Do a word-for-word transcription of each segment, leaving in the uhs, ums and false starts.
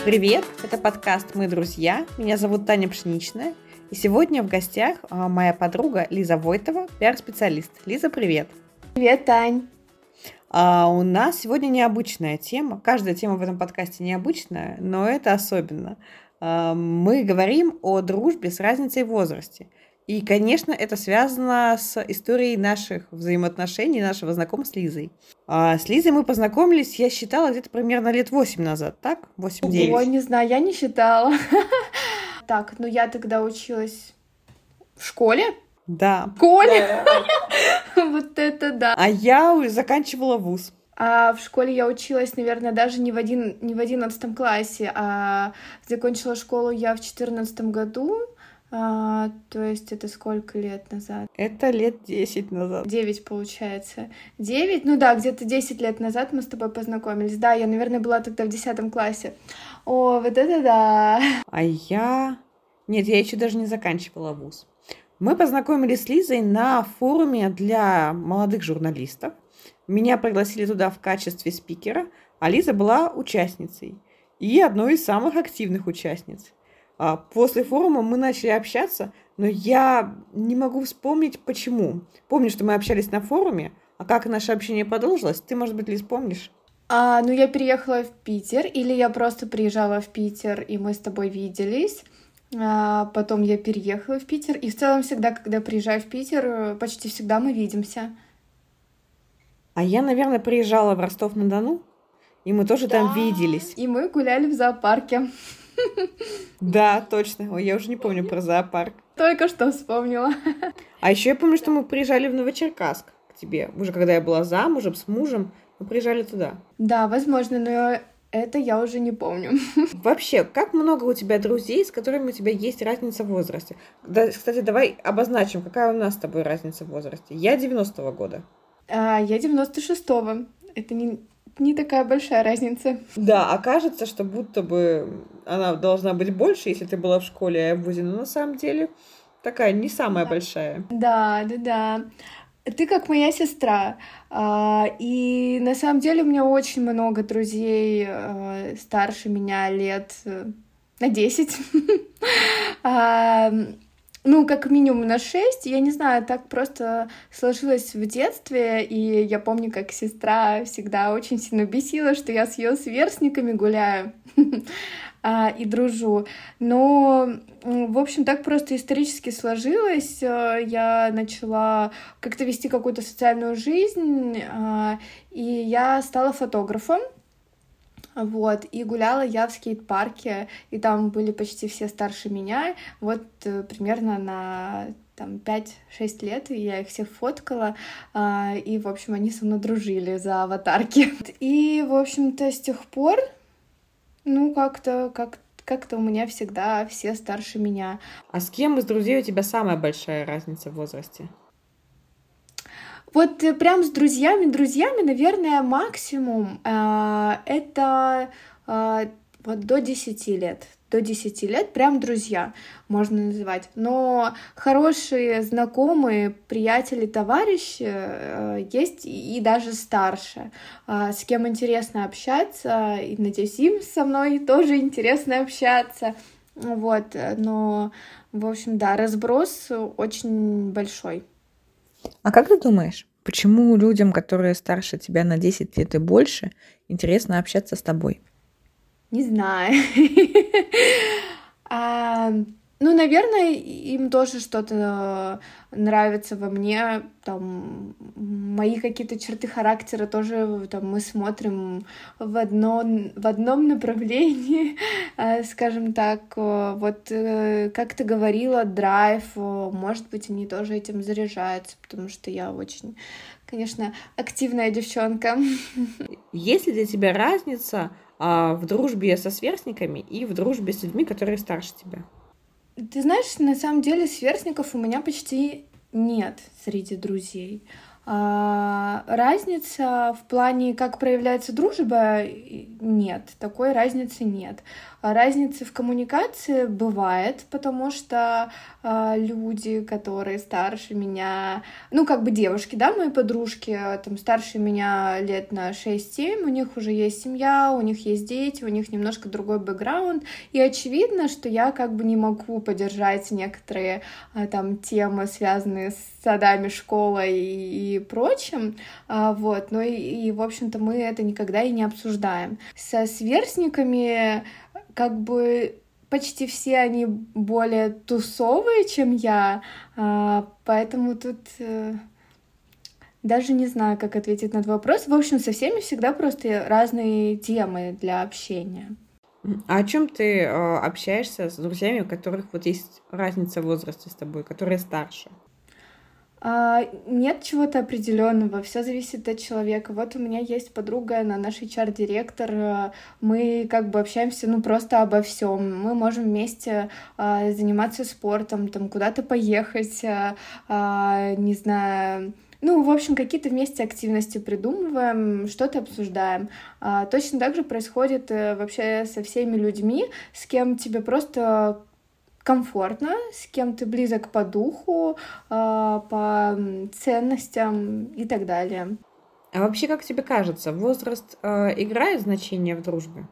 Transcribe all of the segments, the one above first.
Привет, это подкаст «Мы друзья». Меня зовут Таня Пшеничная. И сегодня в гостях а, моя подруга Лиза Войтова, пиар-специалист. Лиза, привет. Привет, Тань. А, у нас сегодня необычная тема. Каждая тема в этом подкасте необычная, но это особенно. А, мы говорим о дружбе с разницей в возрасте. И, конечно, это связано с историей наших взаимоотношений, нашего знакомства с Лизой. А с Лизой мы познакомились, я считала, где-то примерно лет восемь назад, так? восемь-девять. Ой, не знаю, я не считала. Так, ну я тогда училась в школе? Да. В школе? Вот это да. А я уже заканчивала вуз. А в школе я училась, наверное, даже не в, один, не в одиннадцатом классе, а закончила школу я в четырнадцатом году. А, то есть это сколько лет назад? Это лет десять назад. Девять, получается. Девять? Ну да, где-то десять лет назад мы с тобой познакомились. Да, я, наверное, была тогда в десятом классе. О, вот это да! А я... Нет, я еще даже не заканчивала вуз. Мы познакомились с Лизой на форуме для молодых журналистов. Меня пригласили туда в качестве спикера, а Лиза была участницей. И одной из самых активных участниц. После форума мы начали общаться, но я не могу вспомнить, почему. Помню, что мы общались на форуме, а как наше общение продолжилось, ты, может быть, Лиз, помнишь? А, ну, я переехала в Питер, или я просто приезжала в Питер, и мы с тобой виделись. А, потом я переехала в Питер, и в целом всегда, когда приезжаю в Питер, почти всегда мы видимся. А я, наверное, приезжала в Ростов-на-Дону, и мы тоже да. там виделись. И мы гуляли в зоопарке. Да, точно. Ой, я уже не помню про зоопарк. Только что вспомнила. А еще я помню, что мы приезжали в Новочеркасск к тебе. Уже когда я была замужем, с мужем, мы приезжали туда. Да, возможно, но это я уже не помню. Вообще, как много у тебя друзей, с которыми у тебя есть разница в возрасте? Да, кстати, давай обозначим, какая у нас с тобой разница в возрасте. Я девяностого года. А, я девяносто шестого. Это не... Не такая большая разница. Да, окажется, что будто бы она должна быть больше, если ты была в школе, а я в вузе, но на самом деле такая не самая да. большая. Да, да, да. Ты как моя сестра. И на самом деле у меня очень много друзей старше меня лет на десять. Ну, как минимум на шесть, я не знаю, так просто сложилось в детстве, и я помню, как сестра всегда очень сильно бесила, что я с ее сверстниками гуляю и дружу. Но, в общем, так просто исторически сложилось. Я начала как-то вести какую-то социальную жизнь, и я стала фотографом. Вот, и гуляла я в скейт-парке, и там были почти все старше меня, вот примерно на там пять-шесть лет, и я их всех фоткала, и, в общем, они со мной дружили за аватарки. И, в общем-то, с тех пор, ну, как-то, как как-то у меня всегда все старше меня. А с кем из друзей у тебя самая большая разница в возрасте? Вот прям с друзьями, друзьями, наверное, максимум э, это э, вот до десяти лет. До десяти лет прям друзья можно называть. Но хорошие знакомые, приятели, товарищи э, есть и, и даже старше, э, с кем интересно общаться. И, надеюсь, им со мной тоже интересно общаться. Вот, но, в общем, да, разброс очень большой. А как ты думаешь, почему людям, которые старше тебя на десять лет и больше, интересно общаться с тобой? Не знаю. Ну, наверное, им тоже что-то нравится во мне, там, мои какие-то черты характера тоже, там, мы смотрим в, одно, в одном направлении, скажем так, вот, как ты говорила, драйв, может быть, они тоже этим заряжаются, потому что я очень, конечно, активная девчонка. Есть ли для тебя разница а, в дружбе со сверстниками и в дружбе с людьми, которые старше тебя? Ты знаешь, на самом деле сверстников у меня почти нет среди друзей. А, разница в плане, как проявляется дружба, нет, такой разницы нет. разницы в коммуникации бывает, потому что э, люди, которые старше меня, ну, как бы девушки, да, мои подружки, там, старше меня лет на шесть-семь, у них уже есть семья, у них есть дети, у них немножко другой бэкграунд, и очевидно, что я как бы не могу поддержать некоторые э, там темы, связанные с садами, школой и, и прочим, а, вот, ну и, и, в общем-то, мы это никогда и не обсуждаем. Со сверстниками как бы почти все они более тусовые, чем я, а, поэтому тут э, даже не знаю, как ответить на этот вопрос. В общем, со всеми всегда просто разные темы для общения. А о чем ты э, общаешься с друзьями, у которых вот есть разница в возрасте с тобой, которые старше? А, нет чего-то определенного, все зависит от человека. Вот у меня есть подруга, она наш эйч ар-директор, мы как бы общаемся, ну, просто обо всем. Мы можем вместе а, заниматься спортом, там, куда-то поехать, а, не знаю... Ну, в общем, какие-то вместе активности придумываем, что-то обсуждаем. А, точно так же происходит э, вообще со всеми людьми, с кем тебе просто комфортно, с кем ты близок по духу, по ценностям и так далее. А вообще, как тебе кажется, возраст э, играет значение в дружбе?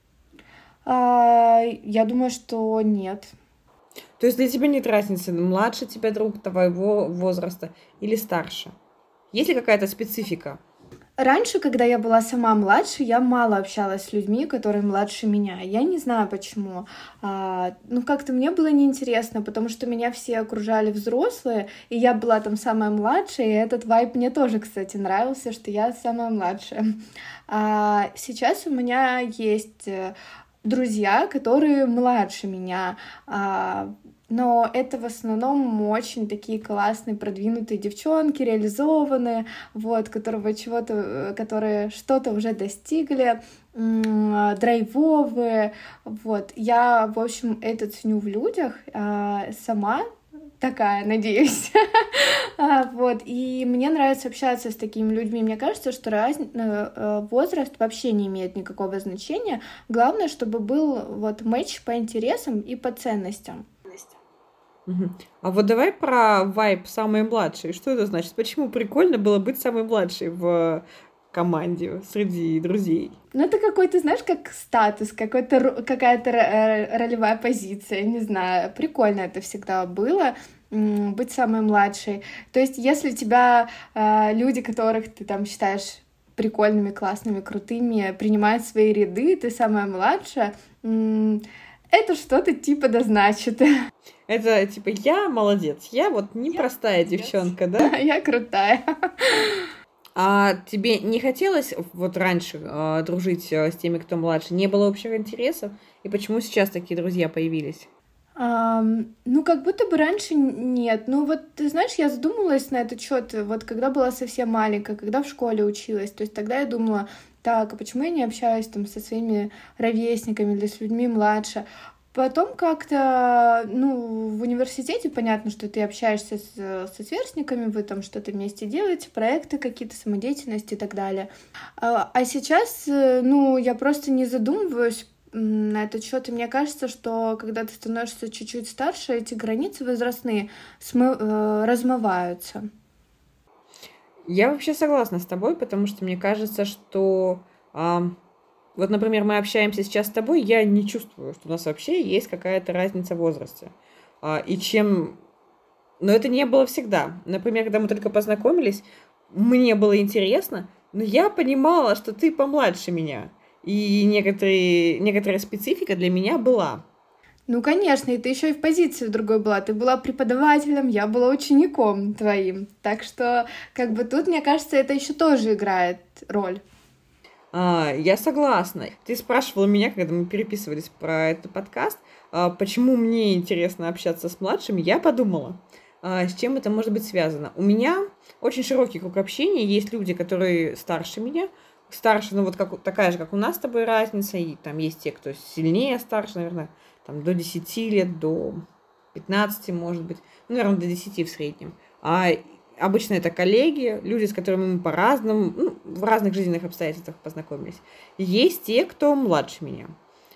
Я думаю, что нет. То есть для тебя нет разницы, младше тебя друг твоего возраста или старше? Есть ли какая-то специфика? Раньше, когда я была сама младше, я мало общалась с людьми, которые младше меня. Я не знаю почему. А, ну, как-то мне было неинтересно, потому что меня все окружали взрослые, и я была там самая младшая, и этот вайб мне тоже, кстати, нравился, что я самая младшая. А сейчас у меня есть друзья, которые младше меня, а, но это в основном очень такие классные, продвинутые девчонки, реализованные, вот, которого чего-то, которые что-то уже достигли, м- драйвовые, вот. Я, в общем, это ценю в людях, а, сама такая, надеюсь. Вот. И мне нравится общаться с такими людьми. Мне кажется, что раз... возраст вообще не имеет никакого значения. Главное, чтобы был вот матч по интересам и по ценностям. Угу. А вот давай про вайб самой младшей. Что это значит? Почему прикольно было быть самой младшей в команде, среди друзей? Ну, это какой-то, знаешь, как статус, какой-то, какая-то ролевая позиция, не знаю. Прикольно это всегда было, быть самой младшей. То есть, если тебя э, люди, которых ты там считаешь прикольными, классными, крутыми, принимают в свои ряды, ты самая младшая, м- это что-то типа да значит. Это типа я молодец, я вот непростая я девчонка, да? Я крутая. А тебе не хотелось вот раньше э, дружить э, с теми, кто младше? Не было общих интересов? И почему сейчас такие друзья появились? Um, ну, как будто бы раньше нет. Ну, вот, ты знаешь, я задумалась на этот счет, вот когда была совсем маленькая, когда в школе училась. То есть тогда я думала, так, а почему я не общаюсь там со своими ровесниками или с людьми младше? Потом как-то, ну, в университете понятно, что ты общаешься с, со сверстниками, вы там что-то вместе делаете, проекты какие-то, самодеятельность и так далее. А, а сейчас, ну, я просто не задумываюсь на этот счет, и мне кажется, что когда ты становишься чуть-чуть старше, эти границы возрастные смы- э, размываются. Я вообще согласна с тобой, потому что мне кажется, что а, вот, например, мы общаемся сейчас с тобой, я не чувствую, что у нас вообще есть какая-то разница в возрасте. А, и чем... Но это не было всегда. Например, когда мы только познакомились, мне было интересно, но я понимала, что ты помладше меня. И некоторые, некоторая специфика для меня была. Ну, конечно, и ты еще и в позиции в другой была. Ты была преподавателем, я была учеником твоим. Так что, как бы тут, мне кажется, это еще тоже играет роль. А, я согласна. Ты спрашивала меня, когда мы переписывались про этот подкаст, а, почему мне интересно общаться с младшими. Я подумала, а, с чем это может быть связано. У меня очень широкий круг общения. Есть люди, которые старше меня, старше, ну вот как, такая же, как у нас с тобой разница, и там есть те, кто сильнее старше, наверное, там до десяти лет, до пятнадцати, может быть, ну, наверное, до десяти в среднем. А обычно это коллеги, люди, с которыми мы по-разному, ну, в разных жизненных обстоятельствах познакомились. Есть те, кто младше меня.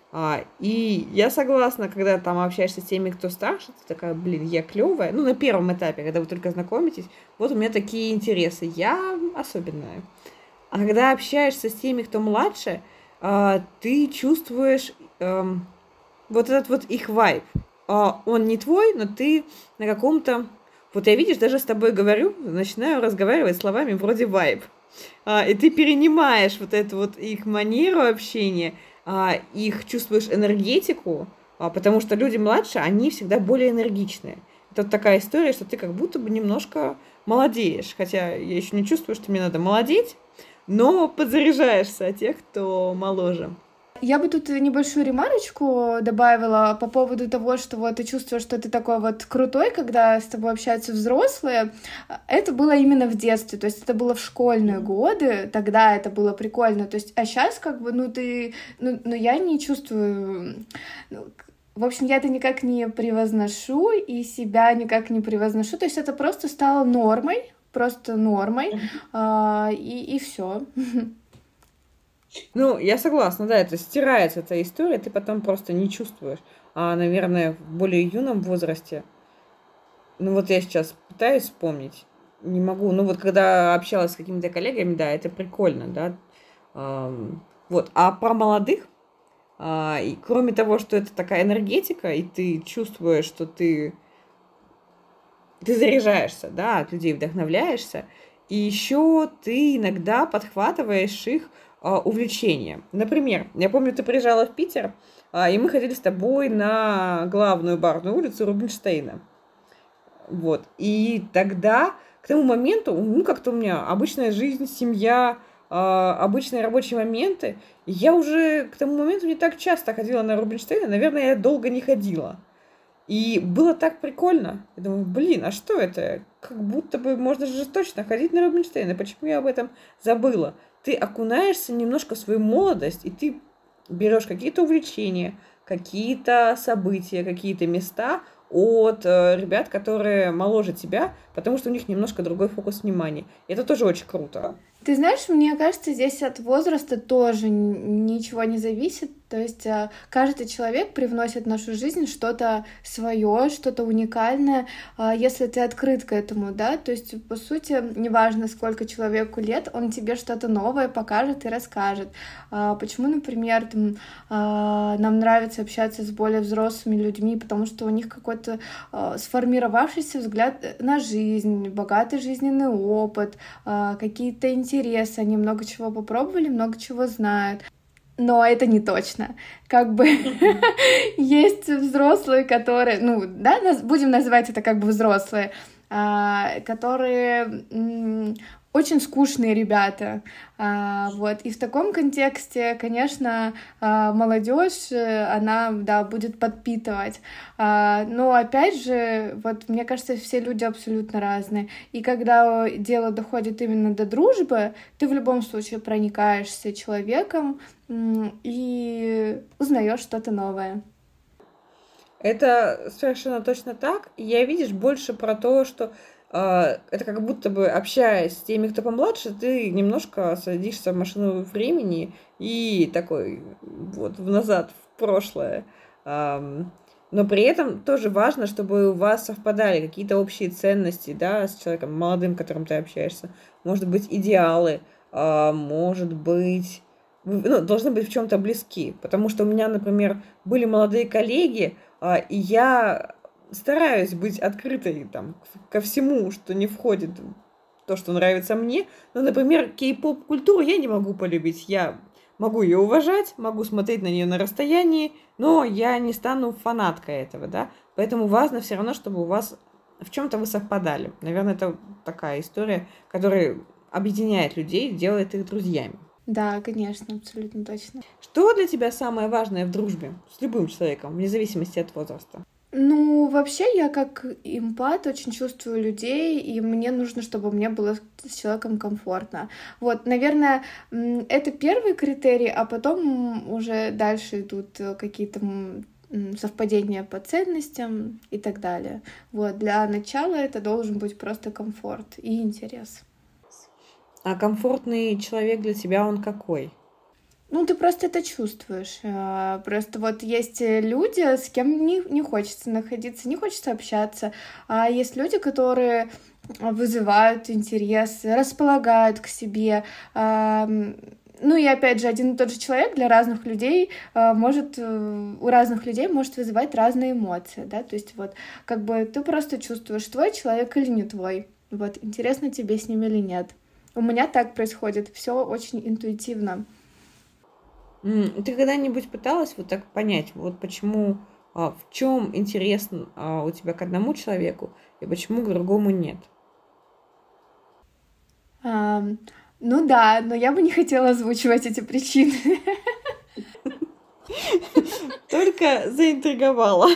А, и я согласна, когда там общаешься с теми, кто старше, ты такая, блин, я клевая. Ну, на первом этапе, когда вы только знакомитесь, вот у меня такие интересы, я особенная. А когда общаешься с теми, кто младше, а, ты чувствуешь эм, вот этот вот их вайб. А, он не твой, но ты на каком-то... Вот я, видишь, даже с тобой говорю, начинаю разговаривать словами вроде вайб. А, и ты перенимаешь вот эту вот их манеру общения, а, их чувствуешь энергетику, а, потому что люди младше, они всегда более энергичные. Это вот такая история, что ты как будто бы немножко молодеешь. Хотя я еще не чувствую, что мне надо молодеть, но подзаряжаешься от тех, кто моложе. Я бы тут небольшую ремарочку добавила по поводу того, что вот ты чувствуешь, что ты такой вот крутой, когда с тобой общаются взрослые. Это было именно в детстве, то есть это было в школьные годы, тогда это было прикольно. То есть, а сейчас как бы, ну ты, ну, ну я не чувствую... ну, в общем, я это никак не превозношу и себя никак не превозношу. То есть это просто стало нормой, просто нормой, а, и, и все. Ну, я согласна, да, это стирается эта история, ты потом просто не чувствуешь. А, наверное, в более юном возрасте, ну вот я сейчас пытаюсь вспомнить, не могу. Ну вот когда общалась с какими-то коллегами, да, это прикольно, да. Ам, вот, а про молодых, а, и кроме того, что это такая энергетика, и ты чувствуешь, что ты, ты заряжаешься, да, от людей вдохновляешься, и еще ты иногда подхватываешь их а, увлечения. Например, я помню, ты приезжала в Питер, а, и мы ходили с тобой на главную барную улицу Рубинштейна. Вот. И тогда, к тому моменту, ну, как-то у меня обычная жизнь, семья, а, обычные рабочие моменты. И я уже к тому моменту не так часто ходила на Рубинштейна. Наверное, я долго не ходила. И было так прикольно. Я думаю, блин, а что это? Как будто бы можно же точно ходить на Рубинштейна. Почему я об этом забыла? Ты окунаешься немножко в свою молодость, и ты берешь какие-то увлечения, какие-то события, какие-то места от э, ребят, которые моложе тебя, потому что у них немножко другой фокус внимания. И это тоже очень круто. Ты знаешь, мне кажется, здесь от возраста тоже н- ничего не зависит. То есть э, каждый человек привносит в нашу жизнь что-то свое, что-то уникальное, э, если ты открыт к этому, да. То есть, по сути, неважно, сколько человеку лет, он тебе что-то новое покажет и расскажет. А, Почему, например, там, а, нам нравится общаться с более взрослыми людьми, потому что у них какой-то а, сформировавшийся взгляд на жизнь, богатый жизненный опыт, а, какие-то интересы, они много чего попробовали, много чего знают. Но это не точно. Как бы есть взрослые, которые, ну, да, нас, будем называть это как бы взрослые, а, которые м, очень скучные ребята. А, вот. И в таком контексте, конечно, а, молодежь, э, она, да, будет подпитывать. А, но опять же, вот мне кажется, все люди абсолютно разные. И когда дело доходит именно до дружбы, ты в любом случае проникаешься человеком м, и узнаешь что-то новое. Это совершенно точно так. И я, видишь, больше про то, что э, это как будто бы, общаясь с теми, кто помладше, ты немножко садишься в машину времени и такой вот в назад, в прошлое. Ам, но при этом тоже важно, чтобы у вас совпадали какие-то общие ценности, да, с человеком молодым, с которым ты общаешься. Может быть, идеалы, а, может быть, вы- ну, должны быть в чем-то близки. Потому что у меня, например, были молодые коллеги, а, и я стараюсь быть открытой там, ко всему, что не входит в то, что нравится мне. Но, например, кей-поп-культуру я не могу полюбить. Я могу ее уважать, могу смотреть на нее на расстоянии, но я не стану фанаткой этого, да. Поэтому важно все равно, чтобы у вас в чем-то вы совпадали. Наверное, это такая история, которая объединяет людей, делает их друзьями. Да, конечно, абсолютно точно. Что для тебя самое важное в дружбе с любым человеком, вне зависимости от возраста? Ну, вообще, я как эмпат очень чувствую людей, и мне нужно, чтобы мне было с человеком комфортно. Вот, наверное, м, это первый критерий, а потом уже дальше идут э, какие-то м, м, совпадения по ценностям и так далее. Вот, для начала это должен быть просто комфорт и интерес. А комфортный человек для тебя он какой? Ну, ты просто это чувствуешь. А, Просто вот есть э, люди, с кем не, не хочется находиться, не хочется общаться. А есть люди, которые вызывают интерес, располагают к себе. А, м, Ну и опять же, один и тот же человек для разных людей а, может, э, у разных людей может вызывать разные эмоции, да, то есть вот как бы ты просто чувствуешь, твой человек или не твой, вот, интересно тебе с ним или нет. У меня так происходит, все очень интуитивно. М, Ты когда-нибудь пыталась вот так понять, вот почему, а, в чем интерес а, у тебя к одному человеку и почему к другому нет? Ам, ну да, но я бы не хотела озвучивать эти причины. Только заинтриговала.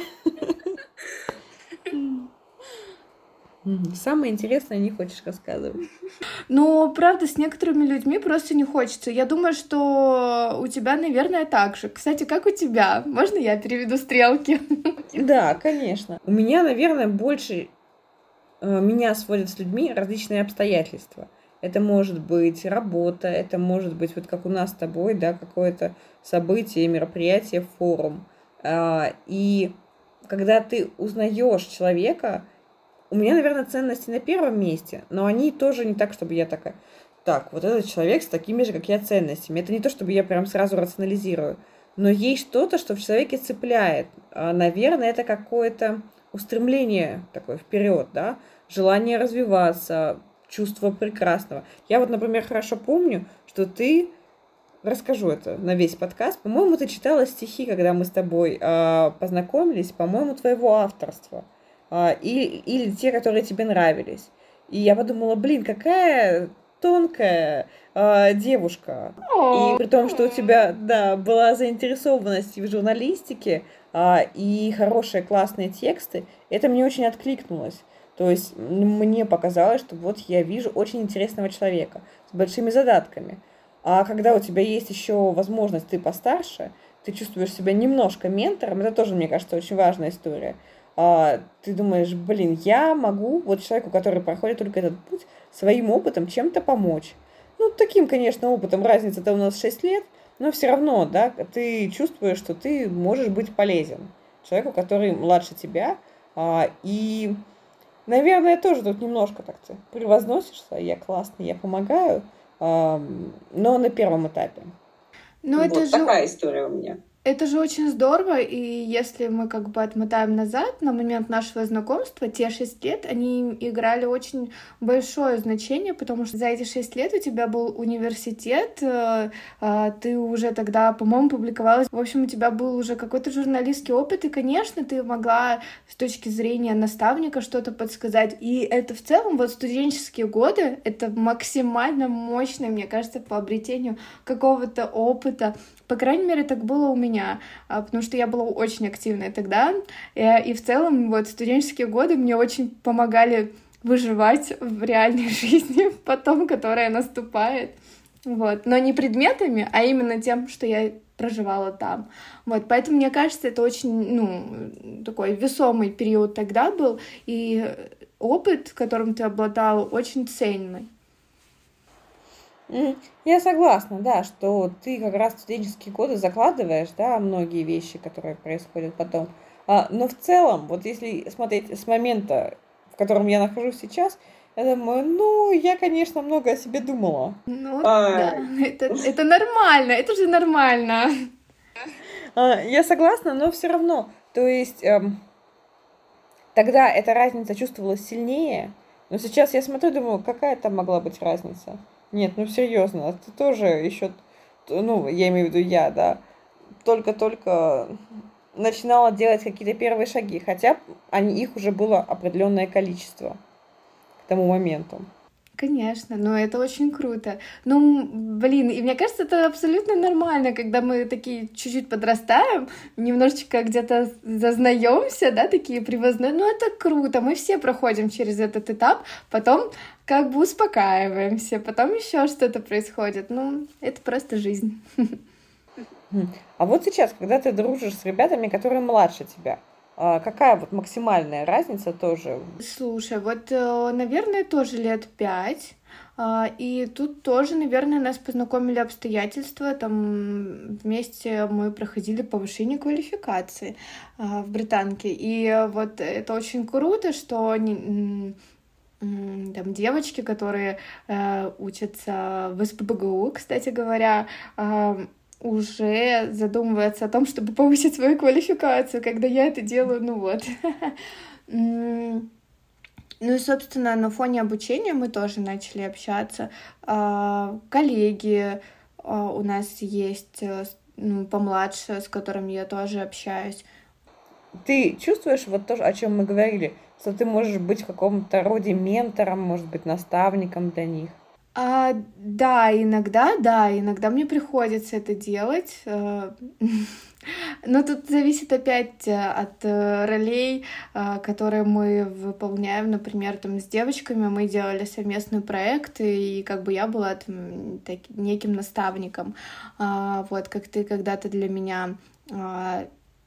Мгм. Самое интересное не хочешь рассказывать. Но, правда, с некоторыми людьми просто не хочется. Я думаю, что у тебя, наверное, так же. Кстати, как у тебя? Можно я переведу стрелки? Да, конечно. У меня, наверное, больше э, меня сводят с людьми различные обстоятельства. Это может быть работа, это может быть вот как у нас с тобой, да, какое-то событие, мероприятие, форум. А, И когда ты узнаешь человека, у меня, наверное, ценности на первом месте, но они тоже не так, чтобы я такая, так, вот этот человек с такими же, как я, ценностями. Это не то, чтобы я прям сразу рационализирую, но есть что-то, что в человеке цепляет. А, Наверное, это какое-то устремление такое вперед, да, желание развиваться, чувство прекрасного. Я вот, например, хорошо помню, что ты, расскажу это на весь подкаст, по-моему, ты читала стихи, когда мы с тобой а, познакомились, по-моему, твоего авторства, а, или, или те, которые тебе нравились. И я подумала, блин, какая тонкая а, девушка. И О, при том, что у тебя, да, была заинтересованность и в журналистике, а, и хорошие классные тексты, это мне очень откликнулось. То есть м, мне показалось, что вот я вижу очень интересного человека с большими задатками. А когда у тебя есть еще возможность, ты постарше, ты чувствуешь себя немножко ментором, это тоже, мне кажется, очень важная история. А, ты думаешь, блин, я могу вот человеку, который проходит только этот путь, своим опытом чем-то помочь. Ну, таким, конечно, опытом, разница-то у нас шесть лет, но все равно, да, ты чувствуешь, что ты можешь быть полезен человеку, который младше тебя. А, и, наверное, тоже тут немножко так ты превозносишься, я классный, я помогаю, ам, но на первом этапе. ну это Вот же такая история у меня. Это же очень здорово, и если мы как бы отмотаем назад, на момент нашего знакомства, те шесть лет, они играли очень большое значение, потому что за эти шесть лет у тебя был университет, э, а, ты уже тогда, по-моему, публиковалась. В общем, у тебя был уже какой-то журналистский опыт, и, конечно, ты могла с точки зрения наставника что-то подсказать. И это в целом, вот студенческие годы, это максимально мощное, мне кажется, по обретению какого-то опыта. По крайней мере, так было у меня, а, потому что я была очень активной тогда, э, и в целом вот студенческие годы мне очень помогали выживать в реальной жизни потом, которая наступает. Вот. Но не предметами, а именно тем, что я проживала там. Вот. Поэтому, мне кажется, это очень, ну, такой весомый период тогда был, и опыт, которым ты обладала, очень ценный. М, Я согласна, да, что ты как раз в студенческие годы закладываешь, да, многие вещи, которые происходят потом. А, но в целом, вот если смотреть с момента, в котором я нахожусь сейчас, я думаю, ну, я, конечно, много о себе думала. Ну, А, да, это, это нормально, это же нормально. а, Я согласна, но все равно. То есть эм, тогда эта разница чувствовалась сильнее, но сейчас я смотрю, думаю, какая там могла быть разница? Нет, ну серьезно, ты тоже еще, ну, я имею в виду я, да, только-только начинала делать какие-то первые шаги, хотя они, их уже было определенное количество к тому моменту. Конечно, но это очень круто. Ну, м, блин, и мне кажется, это абсолютно нормально, когда мы такие чуть-чуть подрастаем, немножечко где-то зазнаемся, да, такие привозные. Ну, это круто, мы все проходим через этот этап, потом как бы успокаиваемся, потом еще что-то происходит. Ну, это просто жизнь. Мгм. А вот сейчас, когда ты дружишь с ребятами, которые младше тебя, а, какая вот максимальная разница тоже? Слушай, вот, э, наверное, тоже лет пять. А, И тут тоже, наверное, нас познакомили обстоятельства. Там вместе мы проходили повышение квалификации а, в британке. И вот это очень круто, что не- м, м, там девочки, которые э, учатся в СПбГУ, кстати говоря, а, уже задумываются о том, чтобы повысить свою квалификацию, когда я это делаю, ну вот. М, Ну и, собственно, на фоне обучения мы тоже начали общаться. А, Коллеги а, у нас есть, э, с- ну, помладше, с которыми я тоже общаюсь. Ты чувствуешь вот то, о чем мы говорили, что ты можешь быть в каком-то роде ментором, может быть, наставником для них? А, да, иногда, да, иногда мне приходится это делать. э, Но тут зависит опять э, от э, ролей, э, которые мы выполняем. Например, там с девочками мы делали совместный проект, и как бы я была там таки- неким наставником. А, Вот как ты когда-то для меня. А,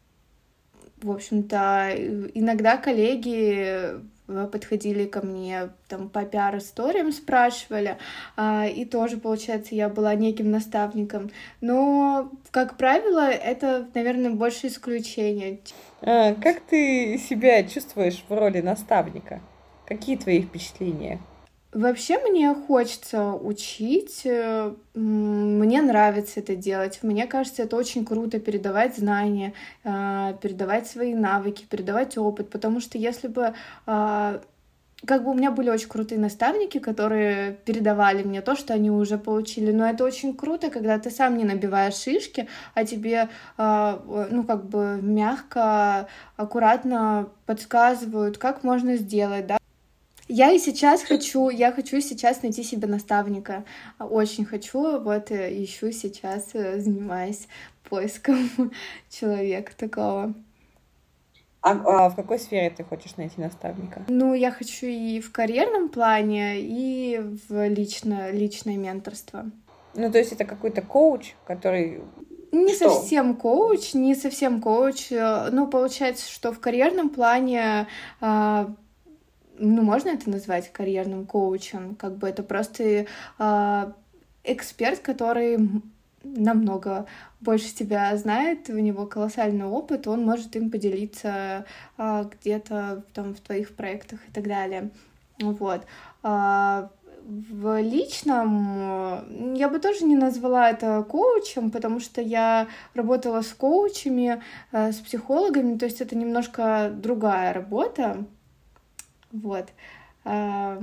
В общем-то, э, иногда коллеги э, подходили ко мне там по пиар-историям спрашивали, а, и тоже, получается, я была неким наставником. Но, как правило, это, наверное, больше исключение. А, как ты себя чувствуешь в роли наставника? Какие твои впечатления? Вообще мне хочется учить, э, м, мне нравится это делать. Мне кажется, это очень круто передавать знания, а, передавать свои навыки, передавать опыт, потому что если бы а, как бы у меня были очень крутые наставники, которые передавали мне то, что они уже получили. Но это очень круто, когда ты сам не набиваешь шишки, а тебе, а, э, ну, как бы мягко, аккуратно подсказывают, как можно сделать, да. Я и сейчас хочу, я хочу сейчас найти себе наставника. А, Очень хочу, вот э, ищу сейчас, э, занимаюсь поиском человека такого. А, а в какой сфере ты хочешь найти наставника? Ну, я хочу и в карьерном плане, и в лично, личное менторство. Ну, то есть это какой-то коуч, который... Не Что? совсем коуч, не совсем коуч. э, Ну, получается, что в карьерном плане, а, ну, можно это назвать карьерным коучем, как бы это просто а, эксперт, который м- намного больше тебя знает, у него колоссальный опыт, он может им поделиться а, где-то там в твоих проектах и так далее. Вот. А, В личном э, я бы тоже не назвала это коучем, потому что я работала с коучами, э, с психологами, то есть это немножко другая работа. Вот. А,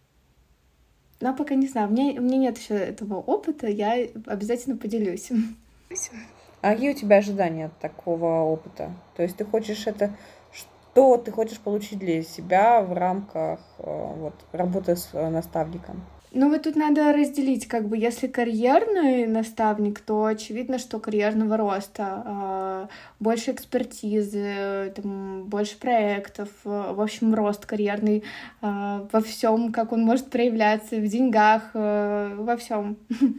Но пока не знаю, у меня, у меня нет еще этого опыта, я обязательно поделюсь. А какие у тебя ожидания от такого опыта? То есть ты хочешь это... Что ты хочешь получить для себя в рамках э, вот, работы с э, наставником? Ну вот тут надо разделить, как бы, если карьерный наставник, то очевидно, что карьерного роста, а, больше экспертизы, там, больше проектов, а, в общем, рост карьерный а, во всем, как он может проявляться, в деньгах, а, во всем.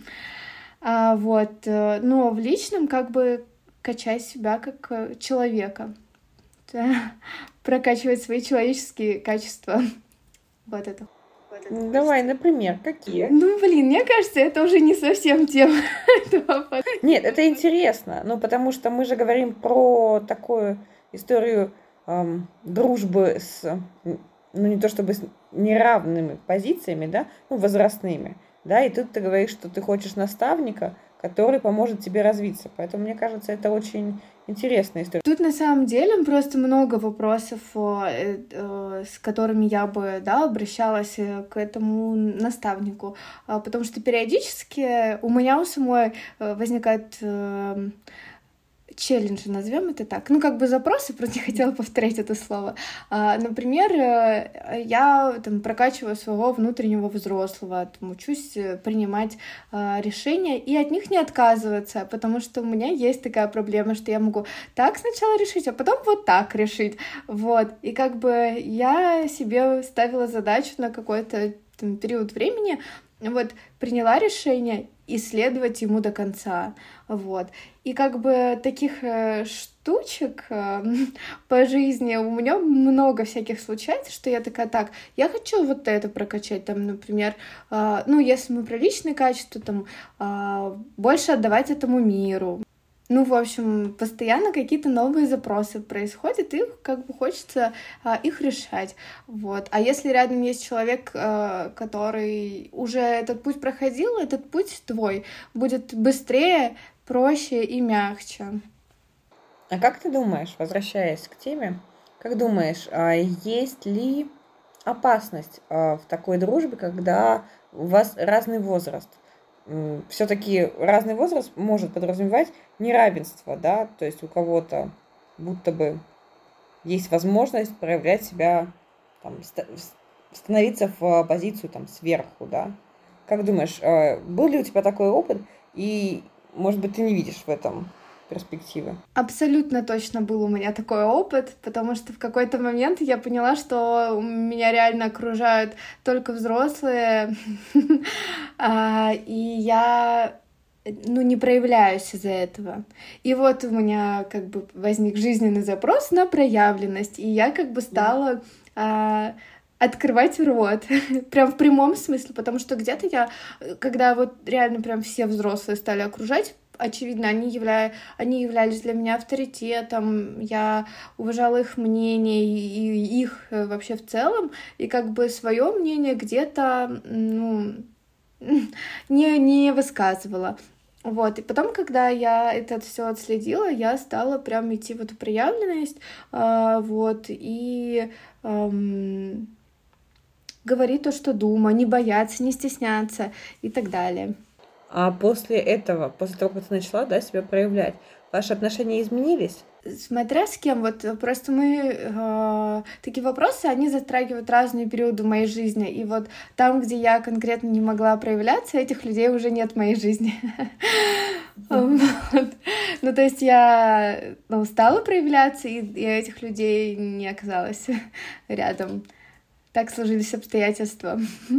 А, вот, э, но в личном как бы качать себя как э, человека, да, прокачивать свои человеческие качества. Вот это. Вот это М, Давай, хочется. например, какие? Ну, блин, мне кажется, это уже не совсем тема этого подкаста. Нет, это интересно, ну, потому что мы же говорим про такую историю ам, дружбы с, м, ну, не то чтобы с неравными позициями, да, ну, возрастными, да, и тут ты говоришь, что ты хочешь наставника, который поможет тебе развиться, поэтому, мне кажется, это очень интересная история. Тут на самом деле просто много вопросов, о, э, э, с которыми я бы, да, обращалась э, к этому наставнику, А, потому что периодически у меня у самой э, возникают э, челленджи, назовем это так. Ну, как бы запросы, просто не хотела повторять это слово. А, например, э, я там прокачиваю своего внутреннего взрослого, там, учусь э, принимать а, решения и от них не отказываться, потому что у меня есть такая проблема, что я могу так сначала решить, а потом вот так решить. Вот. И как бы я себе ставила задачу на какой-то там период времени вот приняла решение исследовать ему до конца, вот. И как бы таких э, штучек э, по жизни у меня много всяких случается, что я такая, так, я хочу вот это прокачать, там, например, э, ну, если мы про личные качества, там, э, больше отдавать этому миру. Ну, в общем, постоянно какие-то новые запросы происходят, и как бы хочется а, их решать, вот. А если рядом есть человек, а, который уже этот путь проходил, этот путь твой будет быстрее, проще и мягче. А как ты думаешь, возвращаясь к теме, как думаешь, а есть ли опасность а, в такой дружбе, когда у вас разный возраст? Все-таки разный возраст может подразумевать неравенство, да, то есть у кого-то будто бы есть возможность проявлять себя, там, становиться в позицию там сверху, да. Как думаешь, был ли у тебя такой опыт, и, может быть, ты не видишь в этом перспективы? Абсолютно точно был у меня такой опыт, потому что в какой-то момент я поняла, что меня реально окружают только взрослые, и я, ну, не проявляюсь из-за этого. И вот у меня как бы возник жизненный запрос на проявленность, и я как бы стала открывать рот, прям в прямом смысле, потому что где-то я, когда вот реально прям все взрослые стали окружать, очевидно, они, явля... они являлись для меня авторитетом, я уважала их мнение и их вообще в целом, и как бы свое мнение где-то, ну, не, не высказывала. Вот, и потом, когда я это все отследила, я стала прям идти в эту проявленность, э, вот, и эм, говорить то, что думаю, не бояться, не стесняться и так далее. А после этого, после того, как ты начала, да, себя проявлять, ваши отношения изменились? Смотря с кем, вот просто мы э, такие вопросы, они затрагивают разные периоды моей жизни, и вот там, где я конкретно не могла проявляться, этих людей уже нет в моей жизни. Ну, то есть я стала проявляться, и этих людей не оказалось рядом. Так сложились обстоятельства.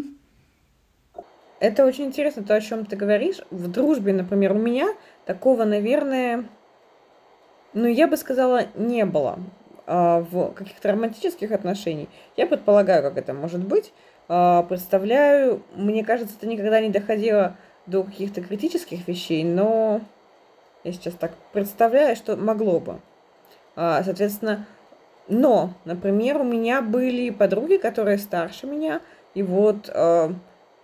Это очень интересно, то, о чем ты говоришь. В дружбе, например, у меня такого, наверное, ну, я бы сказала, не было. А в каких-то романтических отношениях я предполагаю, как это может быть. А представляю, мне кажется, это никогда не доходило до каких-то критических вещей, но я сейчас так представляю, что могло бы. А, соответственно, но, например, у меня были подруги, которые старше меня, и вот а,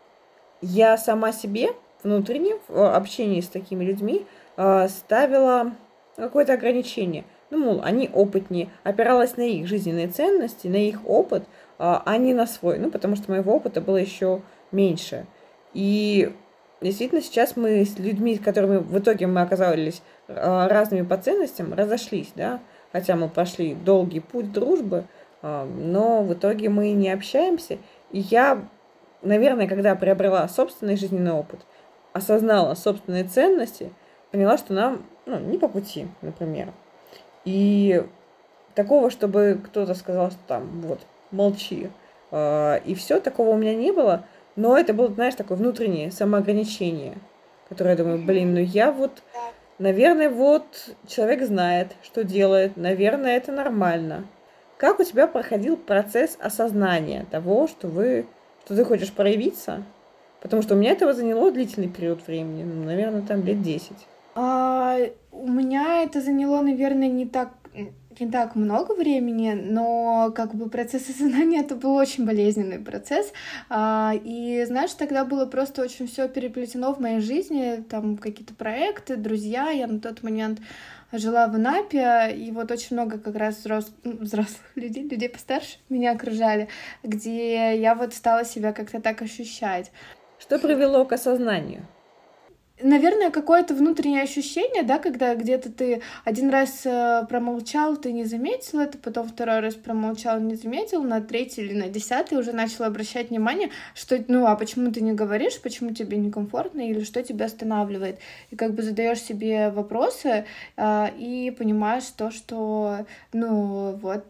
я сама себе внутренне в общении с такими людьми а, ставила какое-то ограничение. Ну, мол, они опытнее, опиралась на их жизненные ценности, на их опыт, а не на свой. Ну, потому что моего опыта было еще меньше. И действительно сейчас мы с людьми, с которыми в итоге мы оказались разными по ценностям, разошлись, да, хотя мы прошли долгий путь дружбы, но в итоге мы не общаемся. И я, наверное, когда приобрела собственный жизненный опыт, осознала собственные ценности, поняла, что нам, ну, не по пути, например. И такого, чтобы кто-то сказал, что там, вот, молчи, э, и все, такого у меня не было. Но это было, знаешь, такое внутреннее самоограничение, которое я думаю, блин, ну я вот, наверное, вот человек знает, что делает, наверное, это нормально. Как у тебя проходил процесс осознания того, что вы, что ты хочешь проявиться? Потому что у меня этого заняло длительный период времени, ну, наверное, там лет десять. А, у меня это заняло, наверное, не так, не так много времени, но как бы процесс осознания это был очень болезненный процесс. А, и знаешь, тогда было просто очень все переплетено в моей жизни, там какие-то проекты, друзья. Я на тот момент жила в Анапе, и вот очень много как раз взрос... взрослых людей, людей постарше меня окружали, где я вот стала себя как-то так ощущать. Что привело к осознанию? Наверное, какое-то внутреннее ощущение, да, когда где-то ты один раз э, промолчал, ты не заметил это, потом второй раз промолчал, не заметил, на третий или на десятый уже начал обращать внимание, что, ну, а почему ты не говоришь, почему тебе некомфортно или что тебя останавливает. И как бы задаешь себе вопросы э, и понимаешь то, что, ну, вот,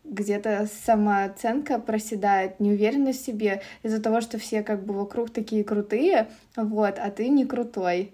где-то самооценка проседает, неуверенность в себе из-за того, что все как бы вокруг такие крутые, вот, а ты не крутой.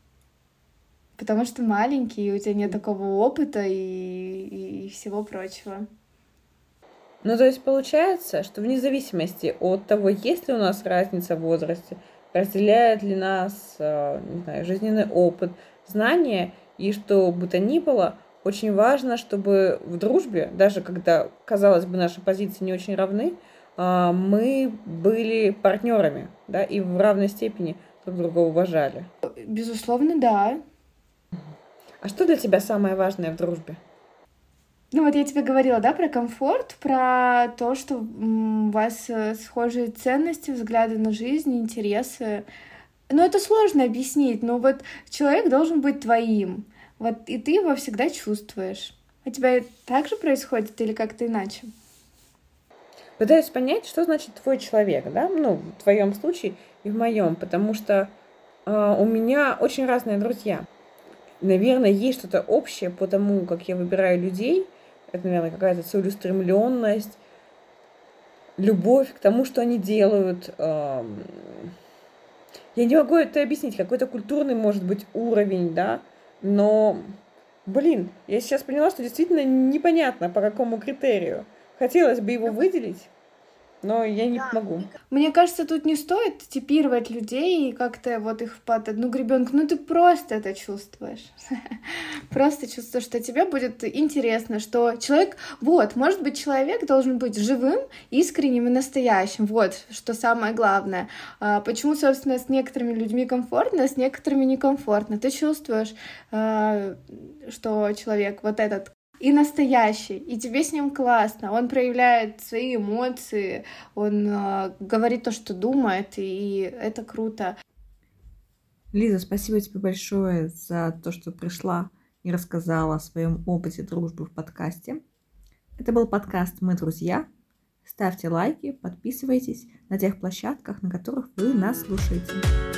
Потому что маленький, и у тебя нет такого опыта и, и всего прочего. Ну, то есть получается, что вне зависимости от того, есть ли у нас разница в возрасте, разделяет ли нас, э, не знаю, жизненный опыт, знания, и что бы то ни было, очень важно, чтобы в дружбе, даже когда, казалось бы, наши позиции не очень равны, э, мы были партнерами, да, и в равной степени друг друга уважали. Безусловно, да. А что для тебя самое важное в дружбе? Ну вот я тебе говорила, да, про комфорт, про то, что м, у вас э, схожие ценности, взгляды на жизнь, интересы. Но это сложно объяснить, но вот человек должен быть твоим, вот и ты его всегда чувствуешь. У тебя так же происходит или как-то иначе? Пытаюсь понять, что значит твой человек, да, ну, в твоем случае и в моем, потому что э, у меня очень разные друзья. Наверное, есть что-то общее по тому, как я выбираю людей. Это, наверное, какая-то целеустремленность, любовь к тому, что они делают. Эм, Я не могу это объяснить, какой-то культурный, может быть, уровень, да, но, блин, я сейчас поняла, что действительно непонятно, по какому критерию. Хотелось бы его выделить, но я не могу. Мне кажется, тут не стоит типировать людей и как-то вот их под одну гребенку. Ну, ты просто это чувствуешь. Просто чувствуешь, что тебе будет интересно, что человек... Вот, может быть, человек должен быть живым, искренним и настоящим. Вот, что самое главное. А почему, собственно, с некоторыми людьми комфортно, а с некоторыми некомфортно? Ты чувствуешь, а, что человек вот этот и настоящий, и тебе с ним классно, он проявляет свои эмоции, он э, говорит то, что думает, и это круто. Лиза, спасибо тебе большое за то, что пришла и рассказала о своем опыте дружбы в подкасте. Это был подкаст «Мы друзья». Ставьте лайки, подписывайтесь на тех площадках, на которых вы нас слушаете.